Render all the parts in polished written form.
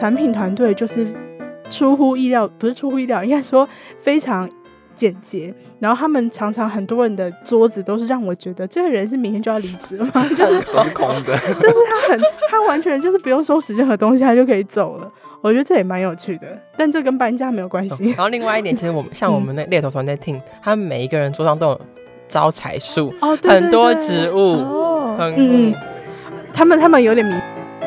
产品团队就是出乎意料，不是出乎意料，应该说非常简洁，然后他们常常很多人的桌子都是让我觉得这个人是明天就要离职了吗？就是都是空的， 就是他完全就是不用收拾任何东西他就可以走了。我觉得这也蛮有趣的，但这跟搬家没有关系。 然后另外一点，其实像我们那猎头团队 team，他们每一个人桌上都有招财树， 哦，对对对， 很多植物， 他们有点迷。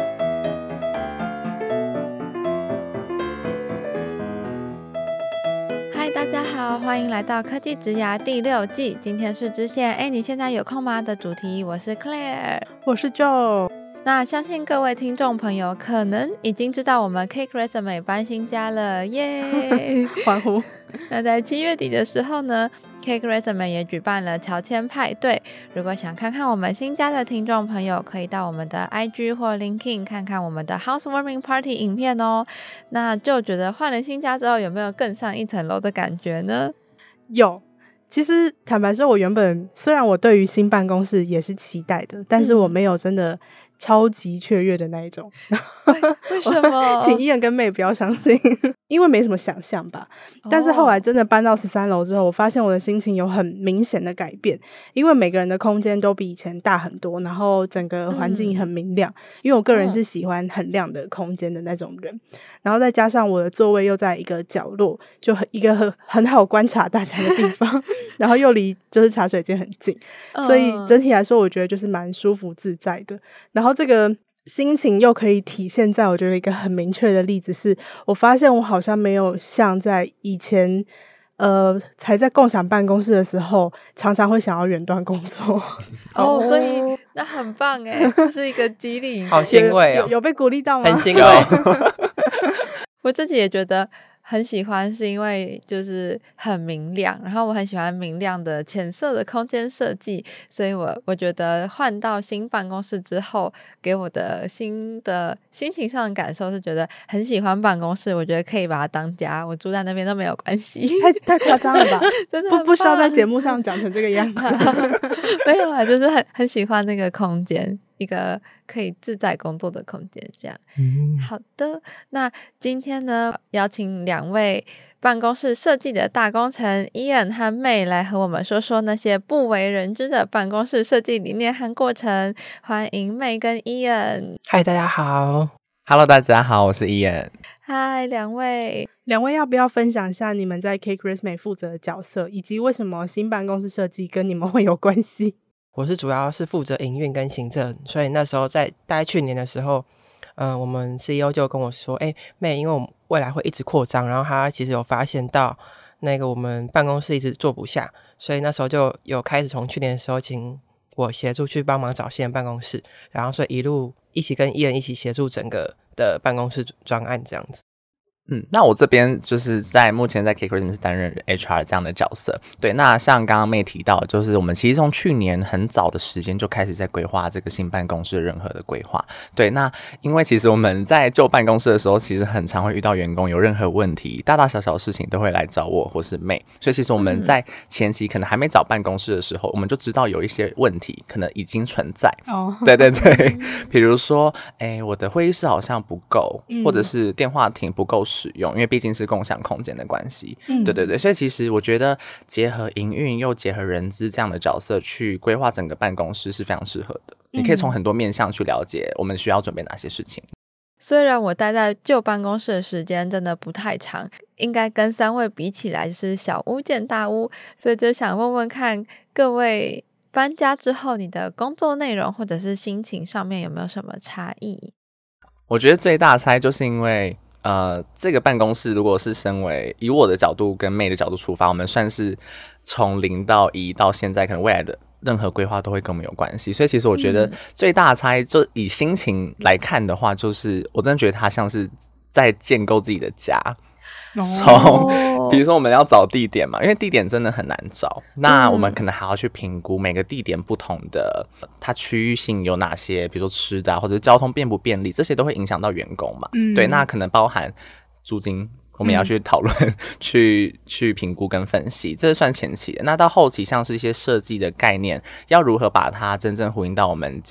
大家好，欢迎来到科技职涯第6季。今天是支线你现在有空吗的主题，我是 Claire， 我是 Joe。 那相信各位听众朋友可能已经知道我们 Cake Resume 搬新家了，耶！ 欢呼。 那在7月底的时候呢，Cake Resume 也举办了乔迁派对。如果想看看我们新家的听众朋友，可以到我们的 IG 或 LinkedIn 看看我们的 Housewarming Party 影片哦。那就觉得换了新家之后，有没有更上一层楼的感觉呢？ 有。其实坦白说，我原本虽然我对于新办公室也是期待的，但是我没有真的超级雀跃的那一种。 为什么？ 请Ian跟妹不要相信，因为没什么想象吧。但是后来真的搬到13楼之后，我发现我的心情有很明显的改变，因为每个人的空间都比以前大很多，然后整个环境很明亮。因为我个人是喜欢很亮的空间的那种人，然后再加上我的座位又在一个角落，就一个很好观察大家的地方，然后又离就是茶水间很近，所以整体来说我觉得就是蛮舒服自在的。然后这个心情又可以体现在我觉得一个很明确的例子是，我发现我好像没有像在以前才在共享办公室的时候常常会想要远端工作。 所以那很棒耶，是一个激励。 好欣慰哦， 有被鼓励到吗？ 很欣慰。 我自己也觉得很喜欢，是因为就是很明亮，然后我很喜欢明亮的浅色的空间设计，所以我觉得换到新办公室之后，给我的新的心情上的感受是觉得很喜欢办公室，我觉得可以把它当家，我住在那边都没有关系。 太夸张了吧？ 真的不需要在节目上讲成这个样子。 没有啊，就是很喜欢那个空间，一个可以自在工作的空间，这样。好的，那今天呢，邀请2位办公室设计的大功臣 Ian 和 May 来和我们说说那些不为人知的办公室设计理念和过程。欢迎 May 跟 Ian。 嗨，大家好。 Hello， 大家好，我是 Ian。 嗨，两位要不要分享一下你们在 Cake Resume 负责的角色，以及为什么新办公室设计跟你们会有关系？ 我是主要是负责营运跟行政，所以那时候在大概去年的时候，我们 CEO 就跟我说妹，因为我们未来会一直扩张，然后他其实有发现到那个我们办公室一直坐不下，所以那时候就有开始从去年的时候请我协助去帮忙找新的办公室，然后所以一路一起跟Ian一起协助整个的办公室专案这样子。 那我这边就是目前在 Cake Resume 是担任 HR 这样的角色。对，那像刚刚妹提到，就是我们其实从去年很早的时间就开始在规划这个新办公室的任何的规划。对，那因为其实我们在旧办公室的时候，其实很常会遇到员工有任何问题，大大小小的事情都会来找我或是妹，所以其实我们在前期可能还没找办公室的时候，我们就知道有一些问题可能已经存在。对对对，比如说我的会议室好像不够，或者是电话亭不够使用，因为毕竟是共享空间的关系。对对对，所以其实我觉得结合营运又结合人资这样的角色去规划整个办公室是非常适合的。你可以从很多面向去了解我们需要准备哪些事情。 虽然我待在旧办公室的时间真的不太长，应该跟3位比起来就是小巫见大巫，所以就想问问看各位，搬家之后你的工作内容或者是心情上面有没有什么差异？ 我觉得最大差异就是因为这个办公室如果是身为以我的角度跟妹的角度出发，我们算是从0到1到现在可能未来的任何规划都会跟我们有关系，所以其实我觉得最大的差异就以心情来看的话，就是我真的觉得它像是在建构自己的家。比如说我们要找地点嘛，因为地点真的很难找，那我们可能还要去评估每个地点不同的它区域性有哪些，比如说吃的或者交通便不便利，这些都会影响到员工嘛。对，那可能包含租金我们也要去讨论去评估跟分析，这是算前期的。那到后期像是一些设计的概念，要如何把它真正呼应到我们家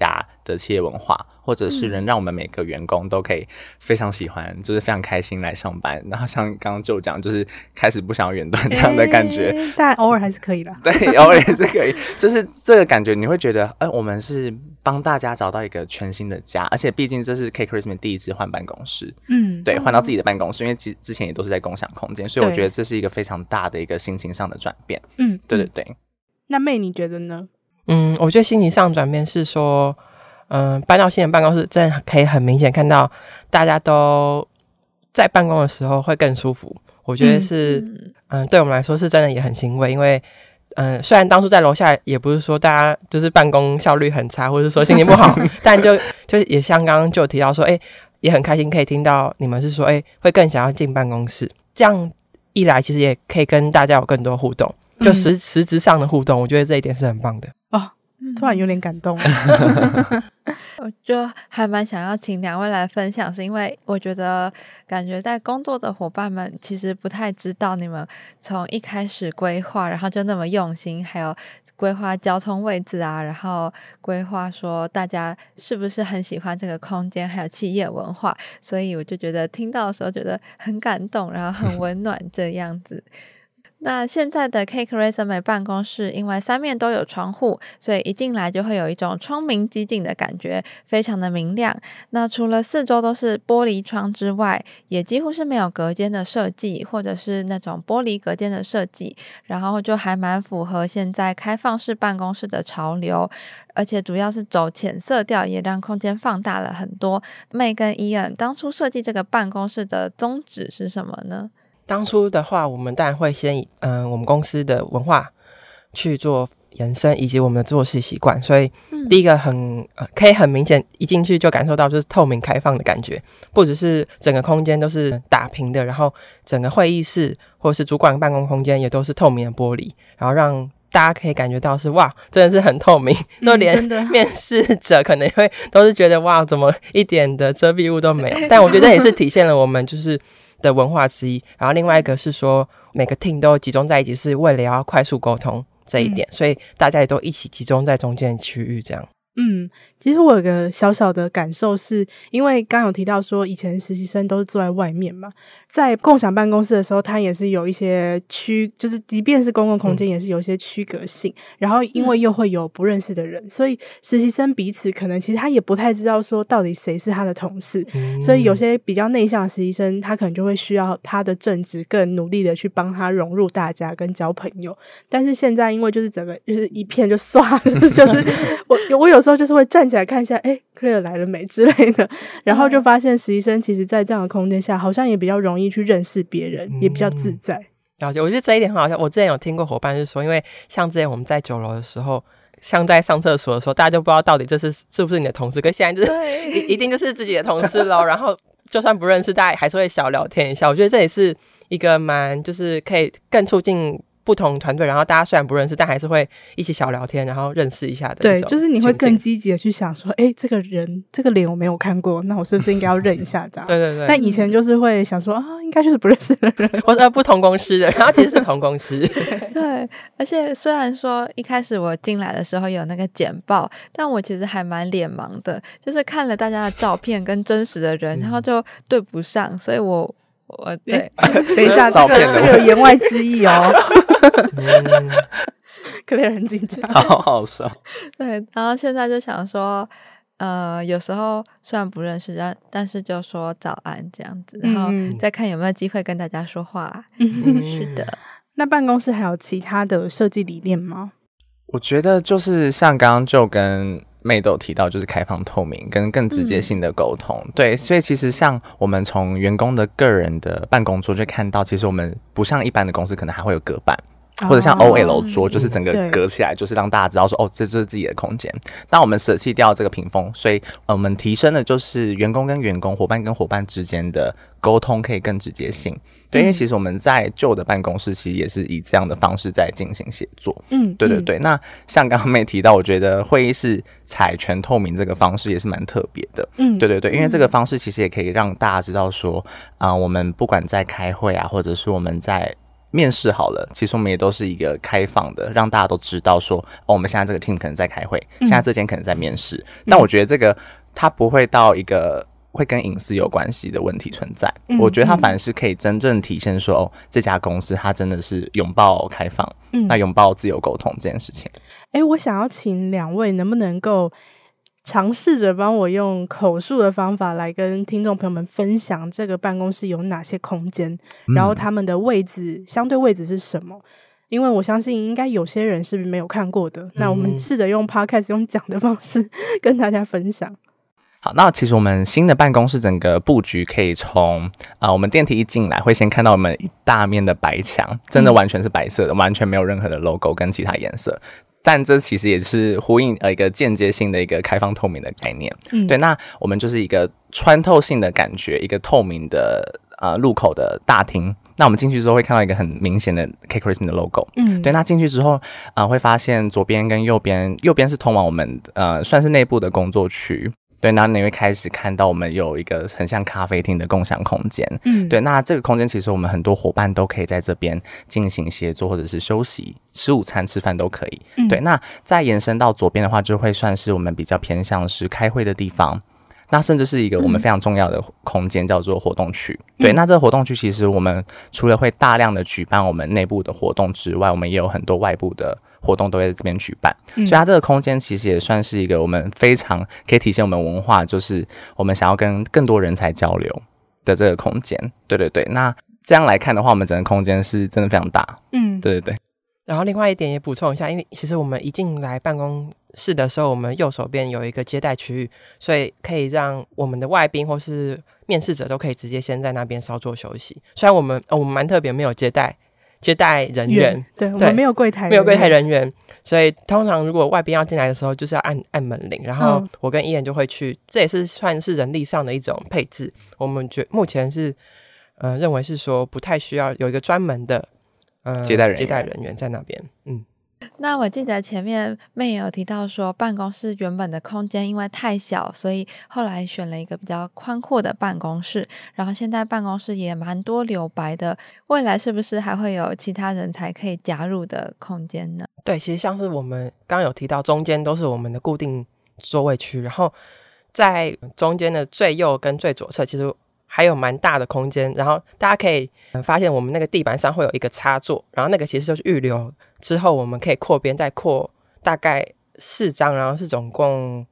的企业文化，或者是能让我们每个员工都可以非常喜欢，就是非常开心来上班。然后像刚刚就讲，就是开始不想要远端这样的感觉， 但偶尔还是可以啦。 对，偶尔也是可以，就是这个感觉，你会觉得，我们是帮大家找到一个全新的家，而且毕竟这是 Cake Christmas 第一次换办公室，对，换到自己的办公室，因为之前也都是在共享空间，所以我觉得这是一个非常大的一个心情上的转变。对对对。 那妹你觉得呢？ 我觉得心情上转变是说，搬到新的办公室，真的可以很明显看到大家都在办公的时候会更舒服。我觉得是，对我们来说是真的也很欣慰，因为，虽然当初在楼下也不是说大家就是办公效率很差，或者说心情不好，但就也像刚刚就有提到说，也很开心可以听到你们是说，会更想要进办公室，这样一来其实也可以跟大家有更多互动。就实质上的互动，我觉得这一点是很棒的哦。突然有点感动我就还蛮想要请2位来分享，是因为我觉得感觉在工作的伙伴们其实不太知道你们从一开始规划，然后就那么用心，还有规划交通位置啊，然后规划说大家是不是很喜欢这个空间，还有企业文化，所以我就觉得听到的时候觉得很感动，然后很温暖这样子。那现在的 Cake Resume 办公室因为3面都有窗户，所以一进来就会有一种窗明几净的感觉，非常的明亮。那除了4周都是玻璃窗之外，也几乎是没有隔间的设计，或者是那种玻璃隔间的设计，然后就还蛮符合现在开放式办公室的潮流，而且主要是走浅色调，也让空间放大了很多。May 跟 Ian 当初设计这个办公室的宗旨是什么呢？ 当初的话，我们当然会先以我们公司的文化去做延伸，以及我们的做事习惯。所以第一个可以很明显一进去就感受到就是透明开放的感觉，不只是整个空间都是打平的，然后整个会议室或者是主管办公空间也都是透明的玻璃，然后让大家可以感觉到是哇，真的是很透明，就连面试者可能会都是觉得哇，怎么一点的遮蔽物都没有。但我觉得也是体现了我们就是的文化之一。然后另外一个是说每个 team 都集中在一起，是为了要快速沟通这一点，所以大家也都一起集中在中间的区域这样。 其实我有个小小的感受是，因为刚有提到说以前实习生都是坐在外面嘛，在共享办公室的时候，它也是有一些就是即便是公共空间也是有一些区隔性，然后因为又会有不认识的人，所以实习生彼此可能其实他也不太知道说到底谁是他的同事，所以有些比较内向的实习生，他可能就会需要他的正职更努力的去帮他融入大家跟交朋友。但是现在因为就是整个就是一片就刷就是我有时候就是会站起来看一下Claire 来了没之类的，然后就发现实习生其实在这样的空间下好像也比较容易去认识别人，也比较自在。 了解，我觉得这一点很好笑。我之前有听过伙伴是说，因为像之前我们在9楼的时候，像在上厕所的时候，大家就不知道到底这是不是你的同事，跟现在就是一定就是自己的同事咯然后就算不认识，大家还是会小聊天一下。我觉得这也是一个蛮就是可以更促进不同团队，然后大家虽然不认识，但还是会一起小聊天，然后认识一下的。 对，就是你会更积极的去想说，这个人这个脸我没有看过，那我是不是应该要认一下这样？ 对对对。 但以前就是会想说应该就是不认识的人， 或者不同公司的，然后其实是同公司。 对，而且虽然说一开始我进来的时候有那个简报，但我其实还蛮脸盲的，就是看了大家的照片跟真实的人，然后就对不上，所以我对， 等一下，这个有言外之意哦。Claire 很紧张， 好好笑。 对，然后现在就想说，有时候虽然不认识，但是就说早安这样子，然后再看有没有机会跟大家说话。是的。 那办公室还有其他的设计理念吗？ 我觉得就是像刚刚就跟妹都有提到，就是开放透明跟更直接性的沟通。对，所以其实像我们从员工的个人的办公桌就看到，其实我们不像一般的公司可能还会有隔板，或者像 OL 桌，就是整个隔起来，就是让大家知道说这就是自己的空间。当我们舍弃掉这个屏风，所以我们提升的就是员工跟员工、伙伴跟伙伴之间的沟通可以更直接性。对，因为其实我们在旧的办公室其实也是以这样的方式在进行协作。对对对。那像刚刚妹提到，我觉得会议室采全透明这个方式也是蛮特别的。对对对，因为这个方式其实也可以让大家知道说，我们不管在开会啊，或者是我们在面试好了，其实我们也都是一个开放的，让大家都知道说，我们现在这个 team 可能在开会，现在这间可能在面试。但我觉得这个它不会到一个会跟隐私有关系的问题存在。我觉得它反而是可以真正体现说，这家公司它真的是拥抱开放，那拥抱自由沟通这件事情。 我想要请2位能不能够尝试着帮我用口述的方法来跟听众朋友们分享这个办公室有哪些空间，然后他们的位置相对位置是什么，因为我相信应该有些人是没有看过的，那我们试着用 podcast 用讲的方式跟大家分享。 好，那其实我们新的办公室整个布局可以从我们电梯一进来会先看到我们一大面的白墙，真的完全是白色的，完全没有任何的 logo 跟其他颜色，但这其实也是呼应一个间接性的一个开放透明的概念。对，那我们就是一个穿透性的感觉，一个透明的入口的大厅。那我们进去之后会看到一个很明显的 K-Christmas 的 logo。对，那进去之后会发现左边跟右边是通往我们算是内部的工作区。对，那你会开始看到我们有一个很像咖啡厅的共享空间。对，那这个空间其实我们很多伙伴都可以在这边进行协作或者是休息、吃午餐、吃饭都可以。对，那再延伸到左边的话，就会算是我们比较偏向是开会的地方。那甚至是一个我们非常重要的空间，叫做活动区。对，那这个活动区其实我们除了会大量的举办我们内部的活动之外，我们也有很多外部的活动都会在这边举办。所以它这个空间其实也算是一个我们非常可以体现我们文化，就是我们想要跟更多人才交流的这个空间。对对对，那这样来看的话，我们整个空间是真的非常大。对对对。 然后另外一点也补充一下，因为其实我们一进来办公室的时候，我们右手边有一个接待区域，所以可以让我们的外宾或是面试者都可以直接先在那边稍作休息。虽然我们蛮特别，没有接待人员， 对，我们没有柜台人员，所以通常如果外宾要进来的时候，就是要按门铃，然后我跟伊人就会去，这也是算是人力上的一种配置。我们目前是认为是说不太需要有一个专门的接待人员在那边。 那我记得前面妹也有提到说，办公室原本的空间因为太小，所以后来选了一个比较宽阔的办公室，然后现在办公室也蛮多留白的，未来是不是还会有其他人才可以加入的空间呢？ 对，其实像是我们刚刚有提到，中间都是我们的固定座位区，然后在中间的最右跟最左侧其实还有蛮大的空间，然后大家可以发现我们那个地板上会有一个插座，然后那个其实就是预留之后我们可以扩边再扩大概4张，然后是总共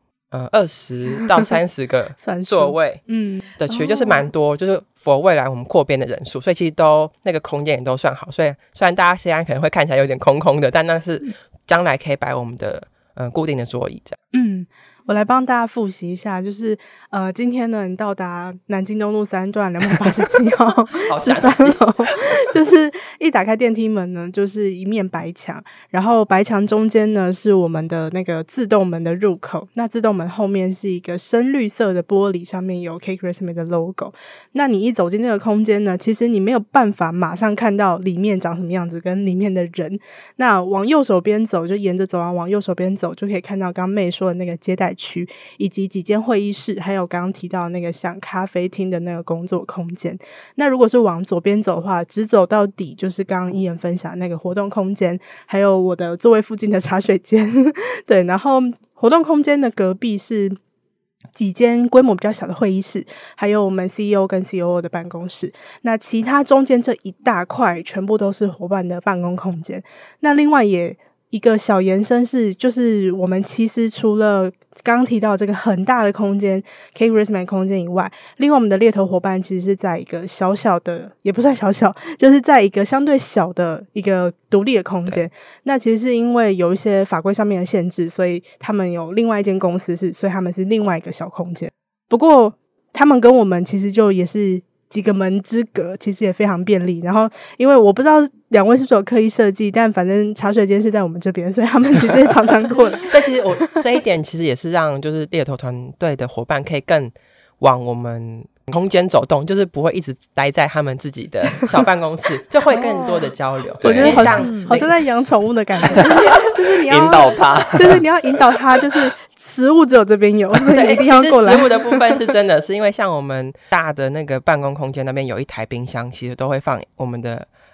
20到30个座位的区，就是蛮多，就是for未来我们扩编的人数，所以其实都那个空间也都算好，所以虽然大家现在可能会看起来有点空空的，但那是将来可以摆我们的固定的桌椅这样。 我来帮大家复习一下，就是今天呢，你到达南京东路3段287号13楼，就是一打开电梯门呢，就是一面白墙，然后白墙中间呢是我们的那个自动门的入口，那自动门后面是一个深绿色的玻璃，上面有 K-Christmas 的 logo。那你一走进这个空间呢，其实你没有办法马上看到里面长什么样子跟里面的人。那往右手边走，就沿着走廊往右手边走，就可以看到刚妹说的那个接待区，以及几间会议室，还有刚刚提到那个像咖啡厅的那个工作空间。那如果是往左边走的话，直走到底就是刚刚伊人分享那个活动空间，还有我的座位附近的茶水间对，然后活动空间的隔壁是几间规模比较小的会议室，还有我们 CEO 跟 COO 的办公室。那其他中间这一大块全部都是伙伴的办公空间。那另外也一个小延伸是，就是我们其实除了刚刚提到这个很大的空间 K-Christmas 空间以外，另外我们的猎头伙伴其实是在一个小小的，也不算小小，就是在一个相对小的一个独立的空间。那其实是因为有一些法规上面的限制，所以他们有另外一间公司所以他们是另外一个小空间。不过他们跟我们其实就也是几个门之隔，其实也非常便利。然后因为我不知道2位是不是有刻意设计，但反正茶水间是在我们这边，所以他们其实也常常过来。 但其实我这一点其实也是让就是猎头团队的伙伴可以更往我们空间走动，就是不会一直待在他们自己的小办公室就会更多的交流。 我觉得好像在养宠物的感觉就是你要引导他就是你要引导他，就是食物只有这边有，所以你一定要过来。 其实食物的部分是真的是因为像我们大的那个办公空间那边有一台冰箱，其实都会放我们的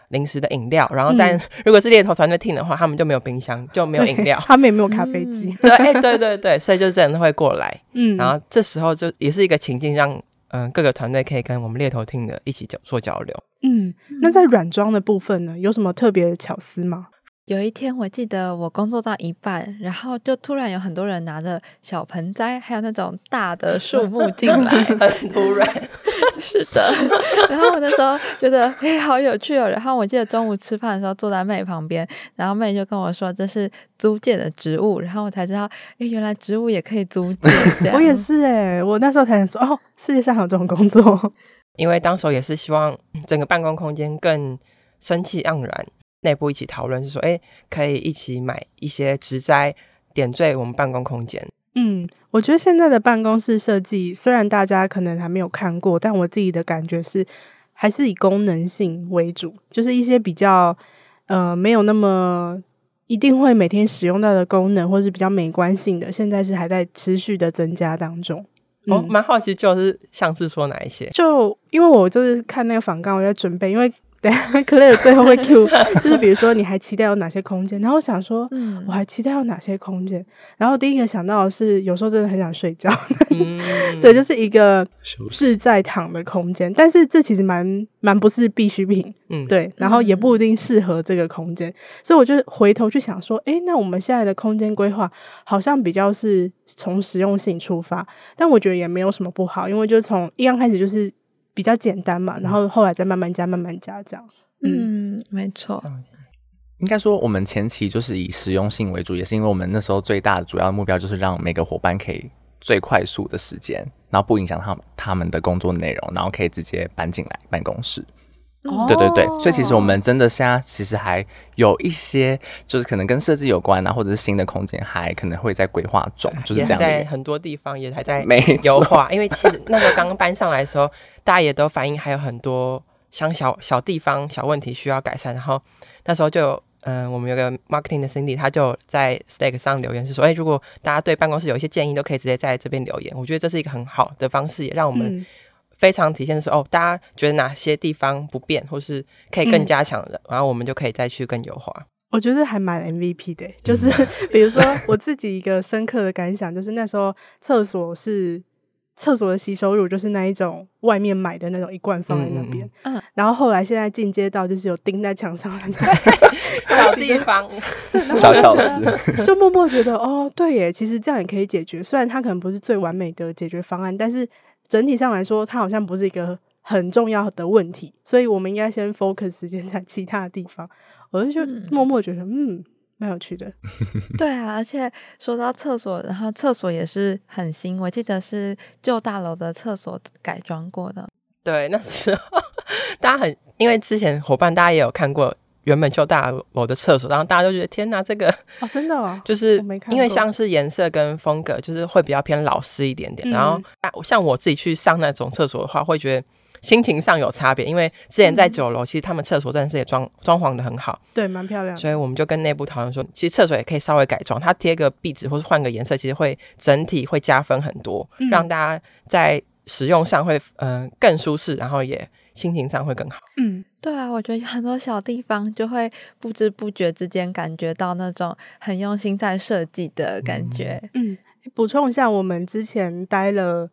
临时的饮料，然后但如果是猎头团队听的话，他们就没有冰箱，就没有饮料， 他们也没有咖啡机。 对，所以就真的会过来。然后这时候就也是一个情境，让各个团队可以跟我们猎头听的一起做交流。 那在软装的部分呢，有什么特别的巧思吗？ 有一天我记得我工作到一半，然后就突然有很多人拿着小盆栽还有那种大的树木进来很突然是的，然后我那时候觉得好有趣哦。然后我记得中午吃饭的时候坐在妹旁边，然后妹就跟我说这是租借的植物，然后我才知道原来植物也可以租借。 我也是我那时候才说世界上还有这种工作。 因为当时也是希望整个办公空间更生气盎然，内部一起讨论是说可以一起买一些植栽点缀我们办公空间。 我觉得现在的办公室设计虽然大家可能还没有看过，但我自己的感觉是还是以功能性为主，就是一些比较没有那么一定会每天使用到的功能，或是比较美观性的，现在是还在持续的增加当中。 蛮好奇就是像是说哪一些， 就因为我就是看那个访纲我在准备，因为等一下 Claire 最后会 Q 就是比如说你还期待有哪些空间，然后我想说我还期待有哪些空间，然后第一个想到的是有时候真的很想睡觉对，就是一个自在躺的空间，但是这其实蛮不是必需品对，然后也不一定适合这个空间，所以我就回头去想说那我们现在的空间规划好像比较是从实用性出发，但我觉得也没有什么不好，因为就从一刚开始就是比较简单嘛，然后后来再慢慢加这样。 没错。 应该说我们前期就是以实用性为主，也是因为我们那时候最大的主要目标就是让每个伙伴可以最快速的时间，然后不影响他们的工作内容，然后可以直接搬进来办公室。对，所以其实我们真的现在其实还有一些就是可能跟设计有关啊，或者是新的空间还可能会在规划中，就是这样的。 也在很多地方也还在优化，因为其实那时候刚搬上来的时候，大家也都反映还有很多像小地方小问题需要改善，然后那时候就有我们有个 marketing 的 Cindy， 他就在 Slack 上留言是说如果大家对办公室有一些建议都可以直接在这边留言，我觉得这是一个很好的方式，也让我们非常体现说大家觉得哪些地方不便或是可以更加强的然后我们就可以再去更优化。 我觉得还蛮 MVP 的就是比如说我自己一个深刻的感想就是那时候厕所的洗手乳就是那一种外面买的那种一罐放在那边然后后来现在进阶到就是有钉在墙上的小地方小巧思就默默觉得对耶，其实这样也可以解决，虽然它可能不是最完美的解决方案，但是整体上来说它好像不是一个很重要的问题，所以我们应该先 focus 时间在其他的地方，我就默默觉得蛮有趣的对啊，而且说到厕所，然后厕所也是很新，我记得是旧大楼的厕所改装过的。 对，那时候大家因为之前伙伴大家也有看过原本旧大楼的厕所，然后大家都觉得天哪，这个真的就是因为像是颜色跟风格就是会比较偏老式一点点，然后像我自己去上那种厕所的话会觉得心情上有差别，因为之前在9楼其实他们厕所真的是也装潢的很好， 对，蛮漂亮的， 所以我们就跟内部讨论说其实厕所也可以稍微改装，它贴个壁纸或是换个颜色其实会整体会加分很多，让大家在使用上会更舒适，然后也心情上会更好。 对啊，我觉得很多小地方就会不知不觉之间感觉到那种很用心在设计的感觉。 补充一下，我们之前待了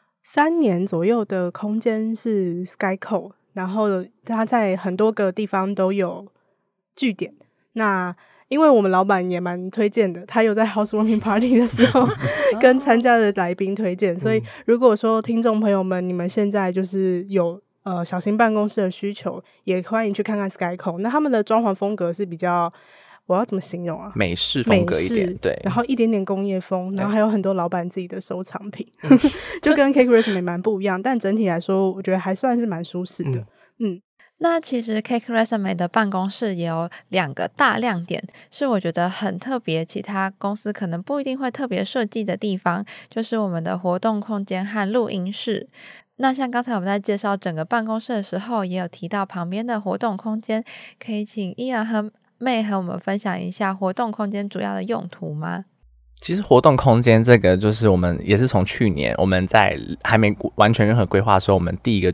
3年左右的空间是 Skyco， 然后它在很多个地方都有据点，那因为我们老板也蛮推荐的，他有在 Housewarming Party 的时候跟参加的来宾推荐，所以如果说听众朋友们你们现在就是有小型办公室的需求，也欢迎去看看 Skyco， 那他们的装潢风格是比较我要怎么形容啊？ 美式风格一点，对， 然后一点点工业风，然后还有很多老板自己的收藏品就跟 Cake Resume 蛮不一样，但整体来说我觉得还算是蛮舒适的。 那其实 Cake Resume 的办公室也有2个大亮点，是我觉得很特别，其他公司可能不一定会特别设计的地方，就是我们的活动空间和录音室。那像刚才我们在介绍整个办公室的时候，也有提到旁边的活动空间，可以请依然和妹和我们分享一下活动空间主要的用途吗？ 其实活动空间这个就是我们也是从去年我们在还没完全任何规划的时候，我们第一个就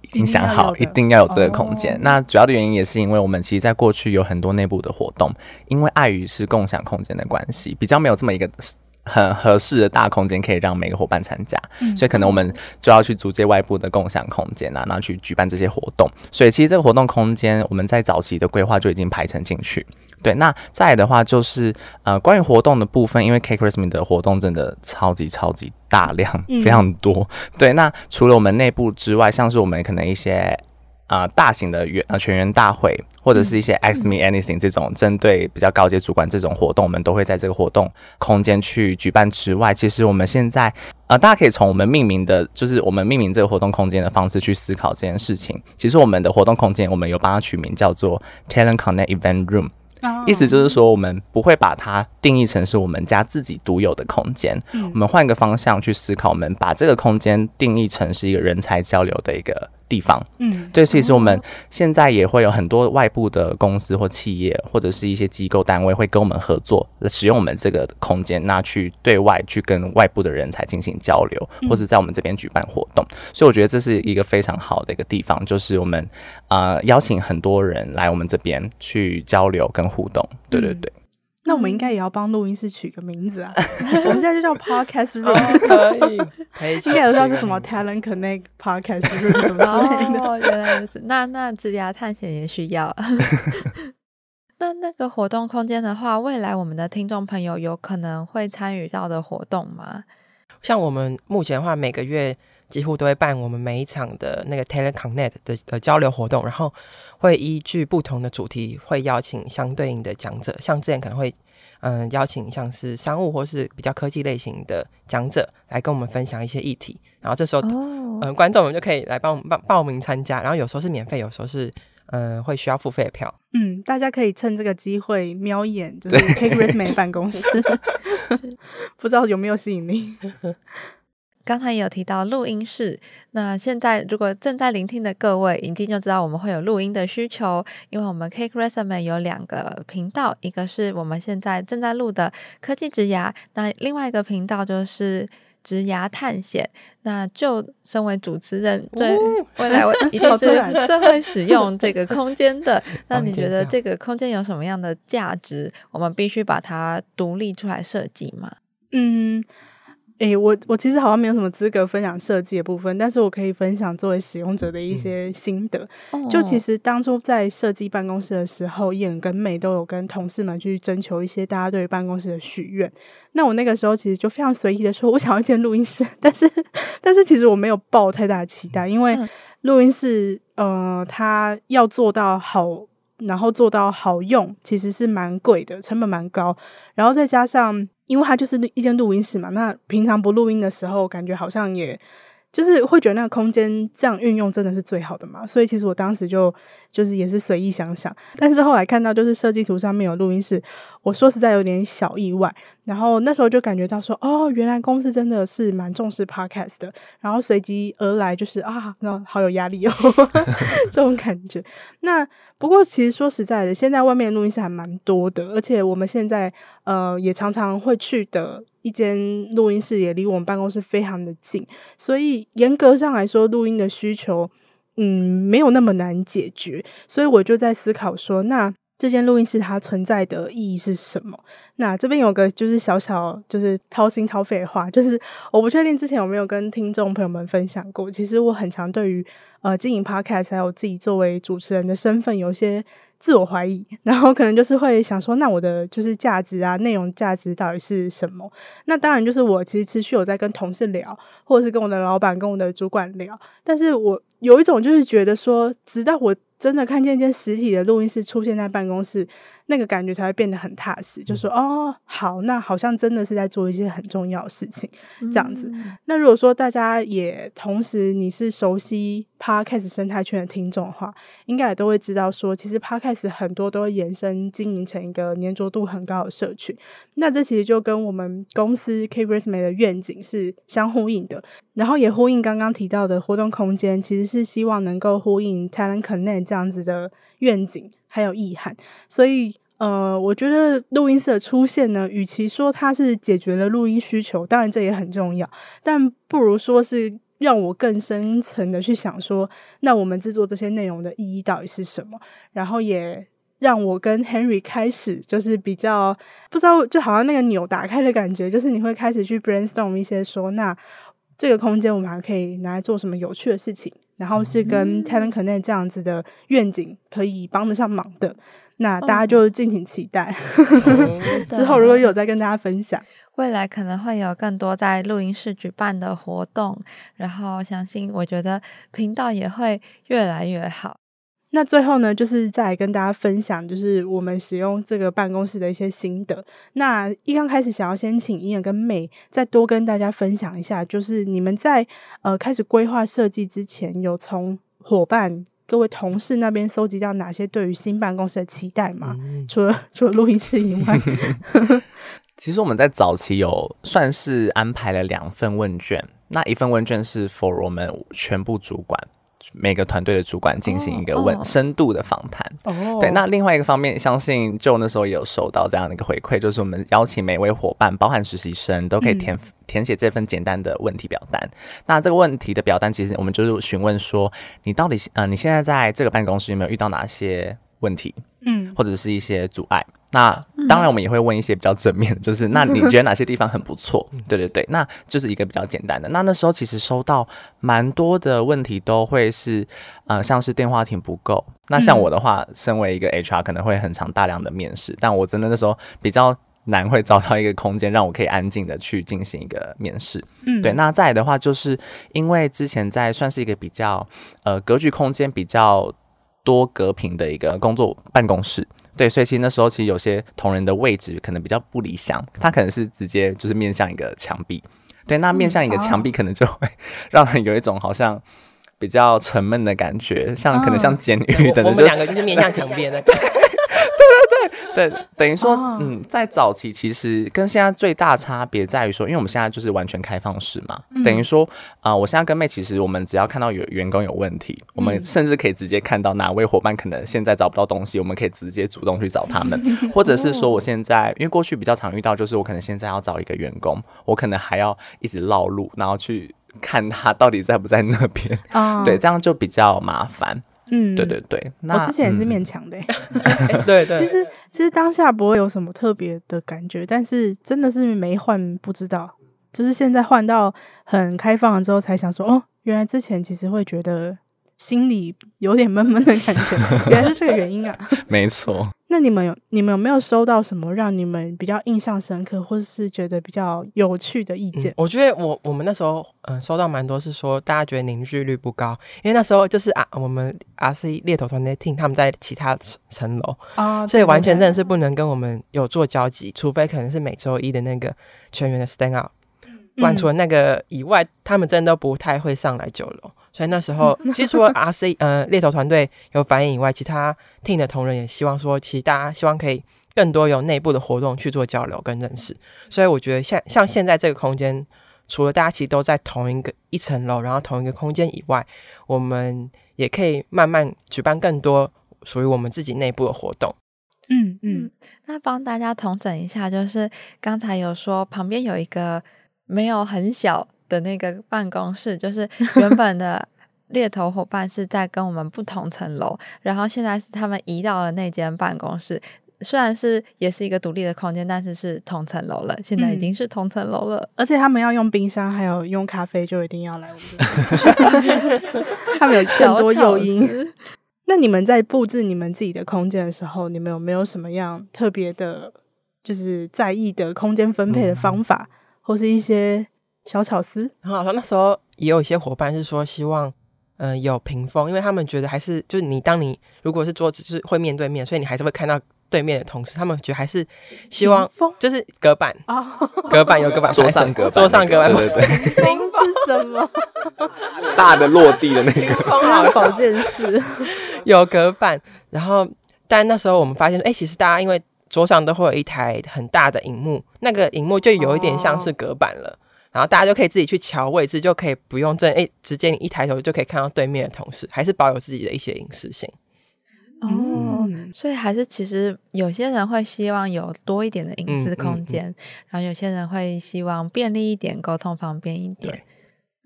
已经想好一定要有这个空间。那主要的原因也是因为我们其实在过去有很多内部的活动，因为碍于是共享空间的关系，比较没有这么一个很合适的大空间可以让每个伙伴参加，所以可能我们就要去租借外部的共享空间啊，然后去举办这些活动。所以其实这个活动空间我们在早期的规划就已经排成进去。对，那再来的话就是关于活动的部分，因为 Cake Christmas 的活动真的超级大量，非常多。对，那除了我们内部之外，像是我们可能一些大型的全员大会，或者是一些 Ask Me Anything 这种针对比较高阶主管这种活动，我们都会在这个活动空间去举办之外，其实我们现在大家可以从我们命名的，就是我们命名这个活动空间的方式去思考这件事情。其实我们的活动空间，我们有帮它取名叫做 Talent Connect Event Room。意思就是说，我们不会把它定义成是我们家自己独有的空间，我们换一个方向去思考，我们把这个空间定义成是一个人才交流的一个地方。对，其实我们现在也会有很多外部的公司或企业，或者是一些机构单位会跟我们合作，使用我们这个空间，那去对外去跟外部的人才进行交流，或者在我们这边举办活动。所以我觉得这是一个非常好的一个地方，就是我们邀请很多人来我们这边去交流跟互动。对对对。 那我们应该也要帮录音室取个名字啊！我们现在就叫 Podcast Room， 可以，应该有知道是什么 Talent Connect Podcast Room 什么之类的。 原来如此，那职涯探险也需要。那个活动空间的话，未来我们的听众朋友有可能会参与到的活动吗？ 像我们目前的话，每个月几乎都会办我们每一场的那个 Talent Connect 的交流活动，然后会依据不同的主题会邀请相对应的讲者，像之前可能会邀请像是商务或是比较科技类型的讲者来跟我们分享一些议题，然后这时候观众们就可以来帮我们报名参加，然后有时候是免费，有时候是会需要付费的票。 大家可以趁这个机会瞄一眼就是 Cake Christmas 办公室不知道有没有吸引力。 刚才也有提到录音室，那现在如果正在聆听的各位一定就知道我们会有录音的需求，因为我们 Cake Resume 有2个频道，一个是我们现在正在录的科技职涯，那另外一个频道就是职涯探险。那就身为主持人，对未来我一定是最会使用这个空间的。那你觉得这个空间有什么样的价值？我们必须把它独立出来设计吗？ 我其实好像没有什么资格分享设计的部分，但是我可以分享作为使用者的一些心得。就其实当初在设计办公室的时候，燕跟妹都有跟同事们去征求一些大家对于办公室的许愿。那我那个时候其实就非常随意的说，我想要一间录音室，但是其实我没有抱太大的期待，因为录音室它要做到好，然后做到好用，其实是蛮贵的，成本蛮高，然后再加上因为它就是一间录音室嘛，那平常不录音的时候，感觉好像也就是会觉得那个空间这样运用真的是最好的嘛，所以其实我当时就是也是随意想想，但是后来看到就是设计图上面有录音室，我说实在有点小意外，然后那时候就感觉到说原来公司真的是蛮重视 podcast 的，然后随即而来就是那好有压力这种感觉。那不过其实说实在的，现在外面的录音室还蛮多的，而且我们现在也常常会去的一间录音室也离我们办公室非常的近，所以严格上来说录音的需求没有那么难解决，所以我就在思考说，那这间录音室它存在的意义是什么？那这边有个就是小小就是掏心掏肺的话，就是我不确定之前有没有跟听众朋友们分享过，其实我很常对于经营 podcast 还有自己作为主持人的身份有一些自我怀疑，然后可能就是会想说，那我的就是价值啊，内容价值到底是什么？那当然就是我其实持续有在跟同事聊，或者是跟我的老板跟我的主管聊，但是我有一种就是觉得说，直到我真的看见一间实体的录音室出现在办公室，那个感觉才会变得很踏实，就说好，那好像真的是在做一些很重要的事情这样子。那如果说大家也同时你是熟悉 Podcast 生态圈的听众的话，应该也都会知道说，其实 Podcast 很多都会延伸经营成一个粘着度很高的社群，那这其实就跟我们公司 Cake Christmas 的愿景是相呼应的，然后也呼应刚刚提到的活动空间，其实是希望能够呼应 Talent Connect 这样子的愿景还有意涵。所以我觉得录音室的出现呢，与其说它是解决了录音需求，当然这也很重要，但不如说是让我更深层的去想说，那我们制作这些内容的意义到底是什么，然后也让我跟 Henry 开始就是比较不知道，就好像那个钮打开的感觉，就是你会开始去 brainstorm 一些说，那这个空间我们还可以拿来做什么有趣的事情，然后是跟 Talent Connect 这样子的愿景可以帮得上忙的，那大家就敬请期待之后如果有再跟大家分享， 未来可能会有更多在录音室举办的活动，然后相信我觉得频道也会越来越好。 那最后呢，就是再来跟大家分享，就是我们使用这个办公室的一些心得。那一刚开始想要先请伊恩跟妹再多跟大家分享一下，就是你们在开始规划设计之前，有从伙伴各位同事那边收集到哪些对于新办公室的期待吗？除了录音室以外其实我们在早期有算是安排了2份问卷，那一份问卷是 for 我们全部主管，每个团队的主管进行一个深度的访谈。对，那另外一个方面，相信就那时候也有收到这样的一个回馈，就是我们邀请每位伙伴，包含实习生，都可以填写这份简单的问题表单。那这个问题的表单，其实我们就是询问说，你到底你现在在这个办公室有没有遇到哪些问题，或者是一些阻碍。那当然我们也会问一些比较正面的，就是那你觉得哪些地方很不错对对对，那就是一个比较简单的。那时候其实收到蛮多的问题都会是像是电话亭不够。那像我的话，身为一个 HR 可能会很常大量的面试，但我真的那时候比较难会找到一个空间让我可以安静的去进行一个面试。对，那再来的话，就是因为之前在算是一个比较格局空间比较多隔屏的一个工作办公室。对，所以其实那时候其实有些同仁的位置可能比较不理想，他可能是直接就是面向一个墙壁。对，那面向一个墙壁可能就会让人有一种好像比较沉闷的感觉，可能像监狱的。 我们2个就是面向墙壁的。 对，等于说在早期其实跟现在最大差别在于说，因为我们现在就是完全开放式嘛，等于说我现在跟妹其实我们只要看到有员工有问题，我们甚至可以直接看到哪位伙伴可能现在找不到东西，我们可以直接主动去找他们或者是说我现在因为过去比较常遇到，就是我可能现在要找一个员工，我可能还要一直绕路，然后去看他到底在不在那边对，这样就比较麻烦。对对对， 我之前也是面墙的对对， 其实当下不会有什么特别的感觉，但是真的是没换不知道，就是现在换到很开放了之后才想说，原来之前其实会觉得心里有点闷闷的感觉原来是这个原因啊没错。 那你们有没有收到什么让你们比较印象深刻或是觉得比较有趣的意见？ 我觉得我们那时候收到蛮多是说大家觉得凝聚力不高，因为那时候就是我们 RC 猎头团队 team 他们在其他层楼所以完全真的是不能跟我们有做交集，除非可能是每周一的那个全员的 stand up，不然除了那个以外，他们真的都不太会上来9楼。所以那时候其实除了 RC 猎头团队有反应以外，其他 team 的同仁也希望说，其实大家希望可以更多有内部的活动去做交流跟认识。所以我觉得像现在这个空间，除了大家其实都在同一层楼，然后同一个空间以外，我们也可以慢慢举办更多属于我们自己内部的活动。 那帮大家统整一下，就是刚才有说旁边有一个没有很小的那个办公室，就是原本的猎头伙伴是在跟我们不同层楼然后现在是他们移到了那间办公室，虽然也是一个独立的空间，但是同层楼了，现在已经是同层楼了而且他们要用冰箱还有用咖啡就一定要来我们他们有更多诱因那你们在布置你们自己的空间的时候，你们有没有什么样特别的就是在意的空间分配的方法或是一些小巧思？ 很好笑，那时候也有一些伙伴是说希望有屏风，因为他们觉得还是就是当你如果是桌子就是会面对面，所以你还是会看到对面的同事，他们觉得还是希望就是隔板隔板有隔板， 桌上隔板，对对对屏风是什么大的落地的那个保健室有隔板，然后但那时候我们发现其实大家因为桌上都会有一台很大的萤幕，那个萤幕就有一点像是隔板了然后大家就可以自己去调位置，就可以不用直接你一抬头就可以看到对面的同事，还是保有自己的一些隐私性。 所以还是其实有些人会希望有多一点的隐私空间然后有些人会希望便利一点，沟通方便一点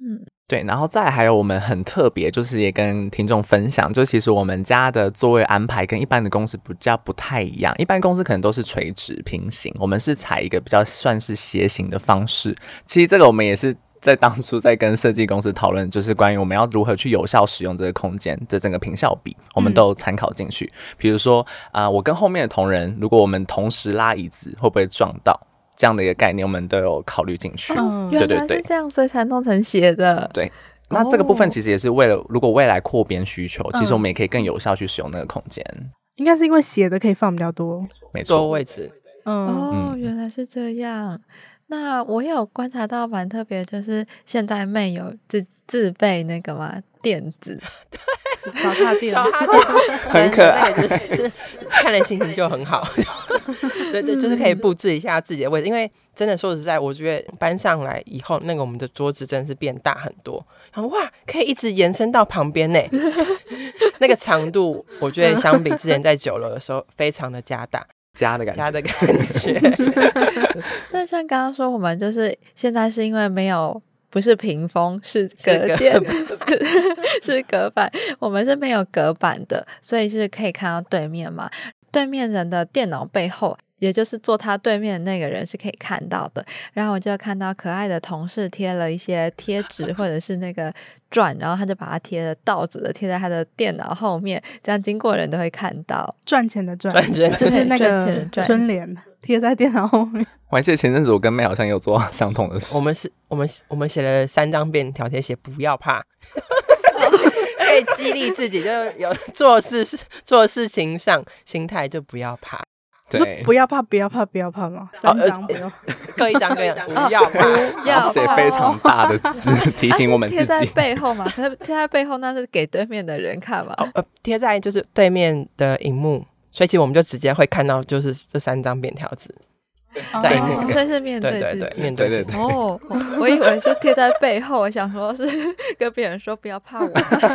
对，然后再来还有我们很特别，就是也跟听众分享，就其实我们家的座位安排跟一般的公司比较不太一样，一般公司可能都是垂直平行，我们是采一个比较算是斜形的方式。其实这个我们也是在当初在跟设计公司讨论，就是关于我们要如何去有效使用这个空间的整个坪效比，我们都有参考进去。比如说我跟后面的同仁，如果我们同时拉椅子，会不会撞到？这样的一个概念，我们都有考虑进去。 原来是这样，所以才弄成斜的。 对，那这个部分其实也是为了，如果未来扩编需求，其实我们也可以更有效去使用那个空间。 应该是因为斜的可以放比较多， 没错， 坐位置。 原来是这样。那我有观察到蛮特别，就是现在妹有自备那个嘛垫子， 脚踏垫， 很可爱， 那个就是看了心情就很好。对对，就是可以布置一下自己的位置，因为真的说实在，我觉得搬上来以后，那个我们的桌子真的是变大很多。然后哇，可以一直延伸到旁边呢，那个长度，我觉得相比之前在9楼的时候，非常的加大。 家的感觉。 那像刚刚说，我们就是现在是因为没有，不是屏风，是隔间，是隔板，我们是没有隔板的，所以是可以看到对面嘛。对面人的电脑背后，也就是坐他对面的那个人是可以看到的。然后我就看到可爱的同事贴了一些贴纸或者是那个转，然后他就把它贴了倒着的贴在他的电脑后面，这样经过人都会看到。 赚钱的赚， 就是那个春联贴在电脑后面。 我还记得前阵子我跟妹好像有做相同的事。 我们写了3张便条贴，写不要怕。可以激励自己，就有做事情上心态就不要怕。 对， 不要怕，不要怕，不要怕吗？3张不要， 各一张，不要怕， 要写非常大的字提醒我们自己。 贴在背后嘛，可是贴在背后那是给对面的人看嘛。 贴在就是对面的荧幕，所以其实我们就直接会看到就是这3张便条纸。在荧幕， 所以是面对自己， 对面对自己。 我以为是贴在背后，我想说是跟别人说不要怕我。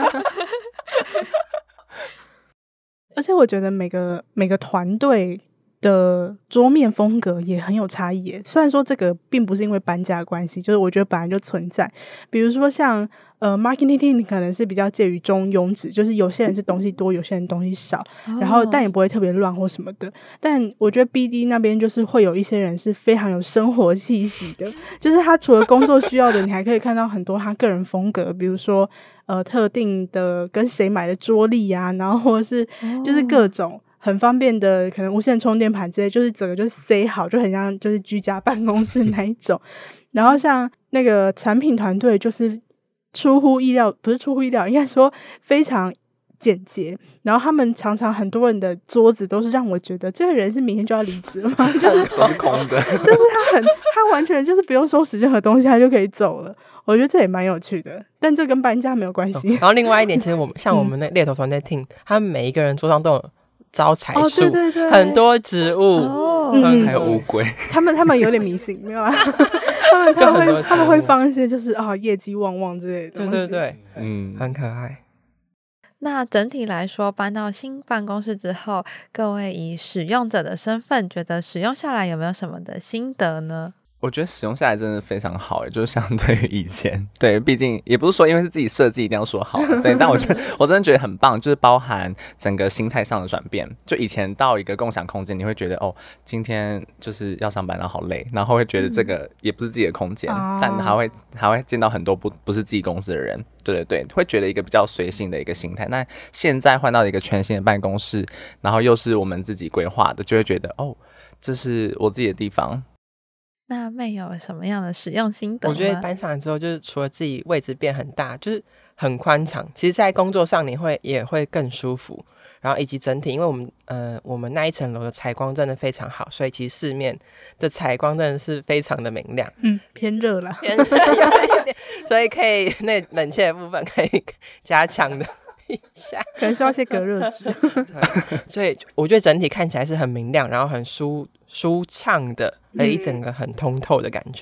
而且我觉得每个团队的桌面风格也很有差异耶。虽然说这个并不是因为搬家的关系，就是我觉得本来就存在。比如说像marketing team 可能是比较介于中庸值，就是有些人是东西多，有些人东西少，然后但也不会特别乱或什么的。但我觉得 BD 那边就是会有一些人是非常有生活气息的，就是他除了工作需要的，你还可以看到很多他个人风格，比如说特定的跟谁买的桌历啊，然后或者是就是各种很方便的可能无线充电盘之类，就是整个就是塞好，就很像就是居家办公室那一种。然后像那个产品团队就是出乎意料，不是出乎意料，应该说非常简洁。然后他们常常很多人的桌子都是让我觉得这个人是明天就要离职了吗？就是都是空的， 就是他完全就是不用收拾任何东西，他就可以走了。我觉得这也蛮有趣的，但这跟搬家没有关系。 然后另外一点，其实我们那猎头团队 team，他们每一个人桌上都有招财树， 对对对， 很多植物， 还有乌龟。 他们有点迷信，没有啊？他们会放一些就是业绩旺旺之类的东西。 对，很可爱。 那整体来说，搬到新办公室之后，各位以使用者的身份，觉得使用下来有没有什么的心得呢？ 我觉得使用下来真的非常好，就是相对于以前，对，毕竟也不是说因为是自己设计一定要说好，对，但我真的觉得很棒，就是包含整个心态上的转变。就以前到一个共享空间，你会觉得今天就是要上班，然后好累，然后会觉得这个也不是自己的空间，但还会见到很多不是自己公司的人，对，会觉得一个比较随性的一个心态。那现在换到一个全新的办公室，然后又是我们自己规划的，就会觉得这是我自己的地方。 那妹有什么样的使用心得吗？ 我觉得搬上来之后，就是除了自己位置变很大，就是很宽敞，其实在工作上你也会更舒服。然后以及整体，因为我们那一层楼的采光真的非常好，所以其实四面的采光真的是非常的明亮。 偏热啦， 偏热所以可以那冷气的部分可以加强的一下， 可能需要一些隔热纸。 所以我觉得整体看起来是很明亮，然后很舒畅的，一整个很通透的感觉。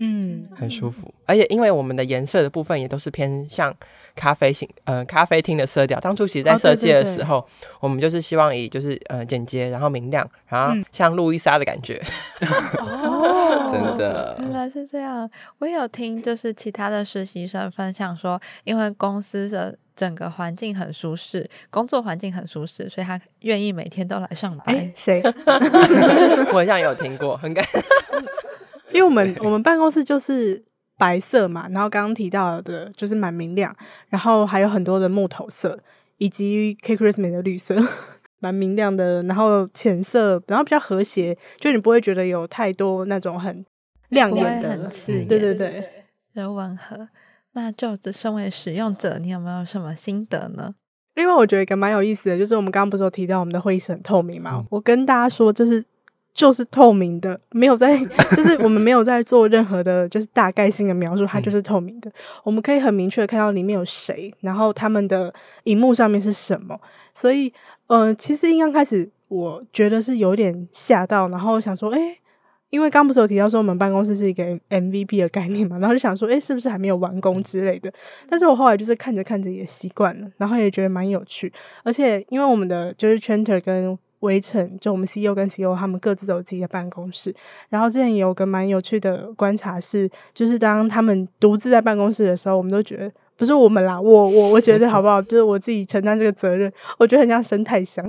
很舒服。而且因为我们的颜色的部分也都是偏向咖啡厅的色调。当初其实在设计的时候，我们就是希望以就是简洁，然后明亮，然后像路易莎的感觉。 真的， 原来是这样。我也有听就是其他的实习生分享说，因为公司的整个环境很舒适，工作环境很舒适，所以他愿意每天都来上班。 谁？ 我好像也有听过，很感因为我们办公室就是白色嘛，然后刚刚提到的就是蛮明亮，然后还有很多的木头色，以及 Cake Christmas 的绿色，蛮明亮的，然后浅色，然后比较和谐，就你不会觉得有太多那种很亮眼的， 很刺眼， 对对对， 就温和。那就身为使用者，你有没有什么心得呢？ 另外我觉得一个蛮有意思的，就是我们刚刚不是有提到我们的会议室很透明嘛，我跟大家说就是透明的，没有在就是我们没有在做任何的就是大概性的描述，它就是透明的，我们可以很明确的看到里面有谁，然后他们的荧幕上面是什么，所以其实刚开始我觉得是有点吓到，然后想说因为刚不是有提到说我们办公室是一个 MVP 的概念嘛，然后就想说是不是还没有完工之类的，但是我后来就是看着看着也习惯了，然后也觉得蛮有趣，而且因为我们的就是 Chanter 跟围城，就我们 CEO 跟 CEO 他们各自都有自己的办公室，然后之前也有个蛮有趣的观察是，就是当他们独自在办公室的时候，我们都觉得不是我们啦，我觉得好不好，就是我自己承担这个责任，我觉得很像生态箱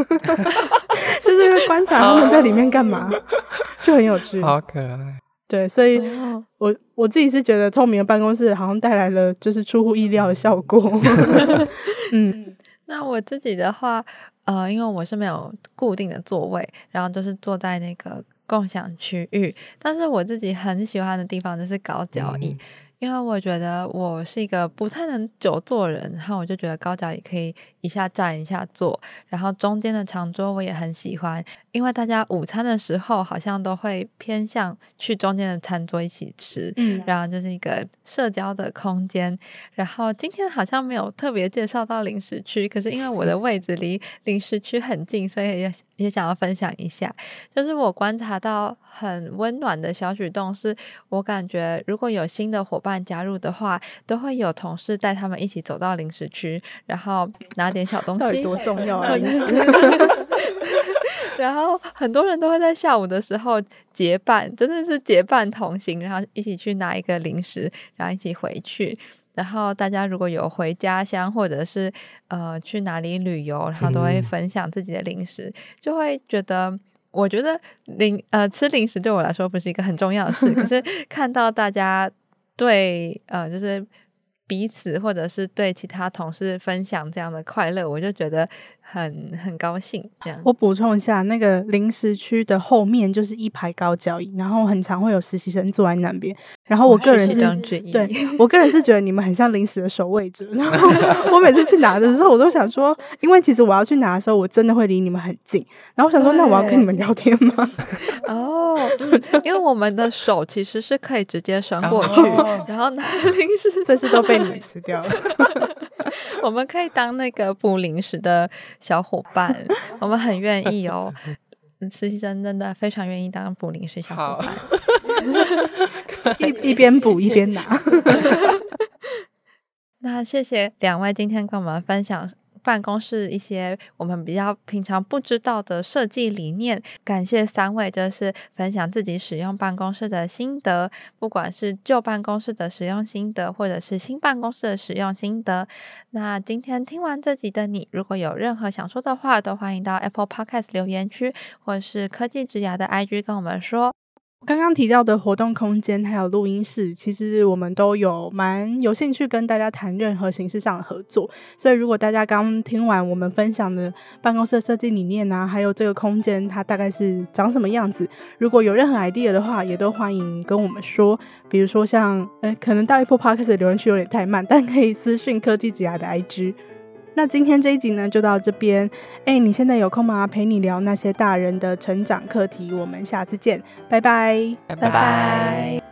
就是观察他们在里面干嘛就很有趣， 好可爱。 对，所以我自己是觉得透明的办公室好像带来了就是出乎意料的效果那我自己的话因为我是没有固定的座位，然后就是坐在那个共享区域，但是我自己很喜欢的地方就是高脚椅，因为我觉得我是一个不太能久坐人，然后我就觉得高脚椅可以一下站一下坐，然后中间的长桌我也很喜欢，因为大家午餐的时候好像都会偏向去中间的餐桌一起吃，然后就是一个社交的空间。然后今天好像没有特别介绍到零食区，可是因为我的位置离零食区很近，所以也想要分享一下，就是我观察到很温暖的小举动，是我感觉如果有新的伙伴加入的话，都会有同事带他们一起走到零食区，然后拿点小东西， 到底多重要啊然后很多人都会在下午的时候结伴，真的是结伴同行，然后一起去拿一个零食，然后一起回去。然后大家如果有回家乡或者是去哪里旅游，然后都会分享自己的零食，就会觉得我觉得吃零食对我来说不是一个很重要的事可是看到大家对就是彼此或者是对其他同事分享这样的快乐，我就觉得很高兴。这样， 我补充一下，那个零食区的后面就是一排高脚椅，然后很常会有实习生坐在那边。然后我个人是，对，我个人是觉得你们很像零食的守卫者。然后我每次去拿的时候，我都想说，因为其实我要去拿的时候，我真的会离你们很近。然后我想说，那我要跟你们聊天吗？ 因为我们的手其实是可以直接伸过去，然后拿零食， 这次都被你们吃掉了。 我们可以当那个补零食的小伙伴，我们很愿意哦。实习生真的非常愿意当补零食小伙伴， 一边补一边拿。 那谢谢两位今天跟我们分享办公室一些我们比较平常不知道的设计理念，感谢三位就是分享自己使用办公室的心得，不管是旧办公室的使用心得或者是新办公室的使用心得。那今天听完这集的你，如果有任何想说的话，都欢迎到 Apple Podcast 留言区或是科技职涯的 IG 跟我们说。 刚刚提到的活动空间还有录音室，其实我们都有蛮有兴趣跟大家谈任何形式上的合作，所以如果大家刚听完我们分享的办公室的设计理念啊，还有这个空间它大概是长什么样子，如果有任何 idea 的话，也都欢迎跟我们说，比如说像可能到 Apple Podcast 的留言区有点太慢，但可以私讯科技职涯的 IG。那今天这一集呢就到这边，你现在有空吗？陪你聊那些大人的成长课题，我们下次见，拜拜， 拜拜。